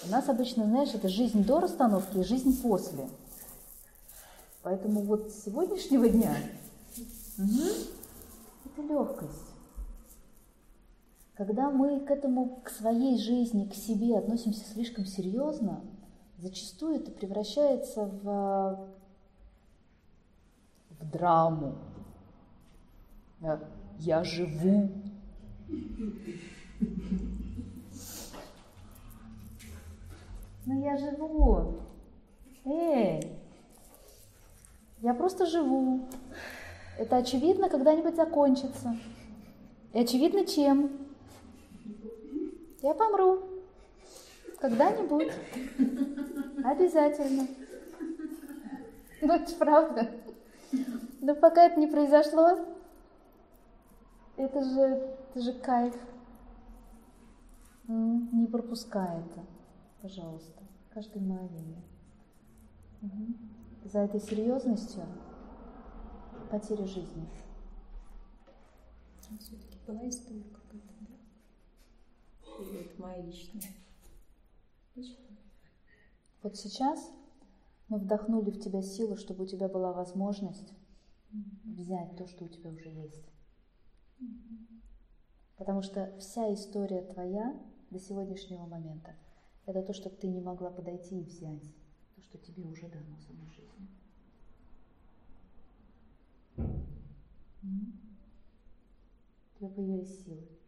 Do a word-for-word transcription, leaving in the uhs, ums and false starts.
У нас обычно, знаешь, это жизнь до расстановки и жизнь после. Поэтому вот с сегодняшнего дня угу, это легкость. Когда мы к этому, к своей жизни, к себе относимся слишком серьезно, зачастую это превращается в, в драму. Я живу. Ну я живу. Эй, я просто живу. Это очевидно, когда-нибудь закончится. И очевидно, чем? Я помру. Когда-нибудь. Обязательно. Ну, это правда. Но пока это не произошло, это же, это же кайф. Не пропускай это, пожалуйста, каждое мгновение. Угу. За этой серьезностью потеря жизни. А все-таки была история какая-то, да? Или это моя личная? Вот сейчас мы вдохнули в тебя силу, чтобы у тебя была возможность mm-hmm. взять то, что у тебя уже есть. Mm-hmm. Потому что вся история твоя до сегодняшнего момента – это то, что ты не могла подойти и взять, то, что тебе уже дано самой жизнью. Mm-hmm. У тебя появились силы.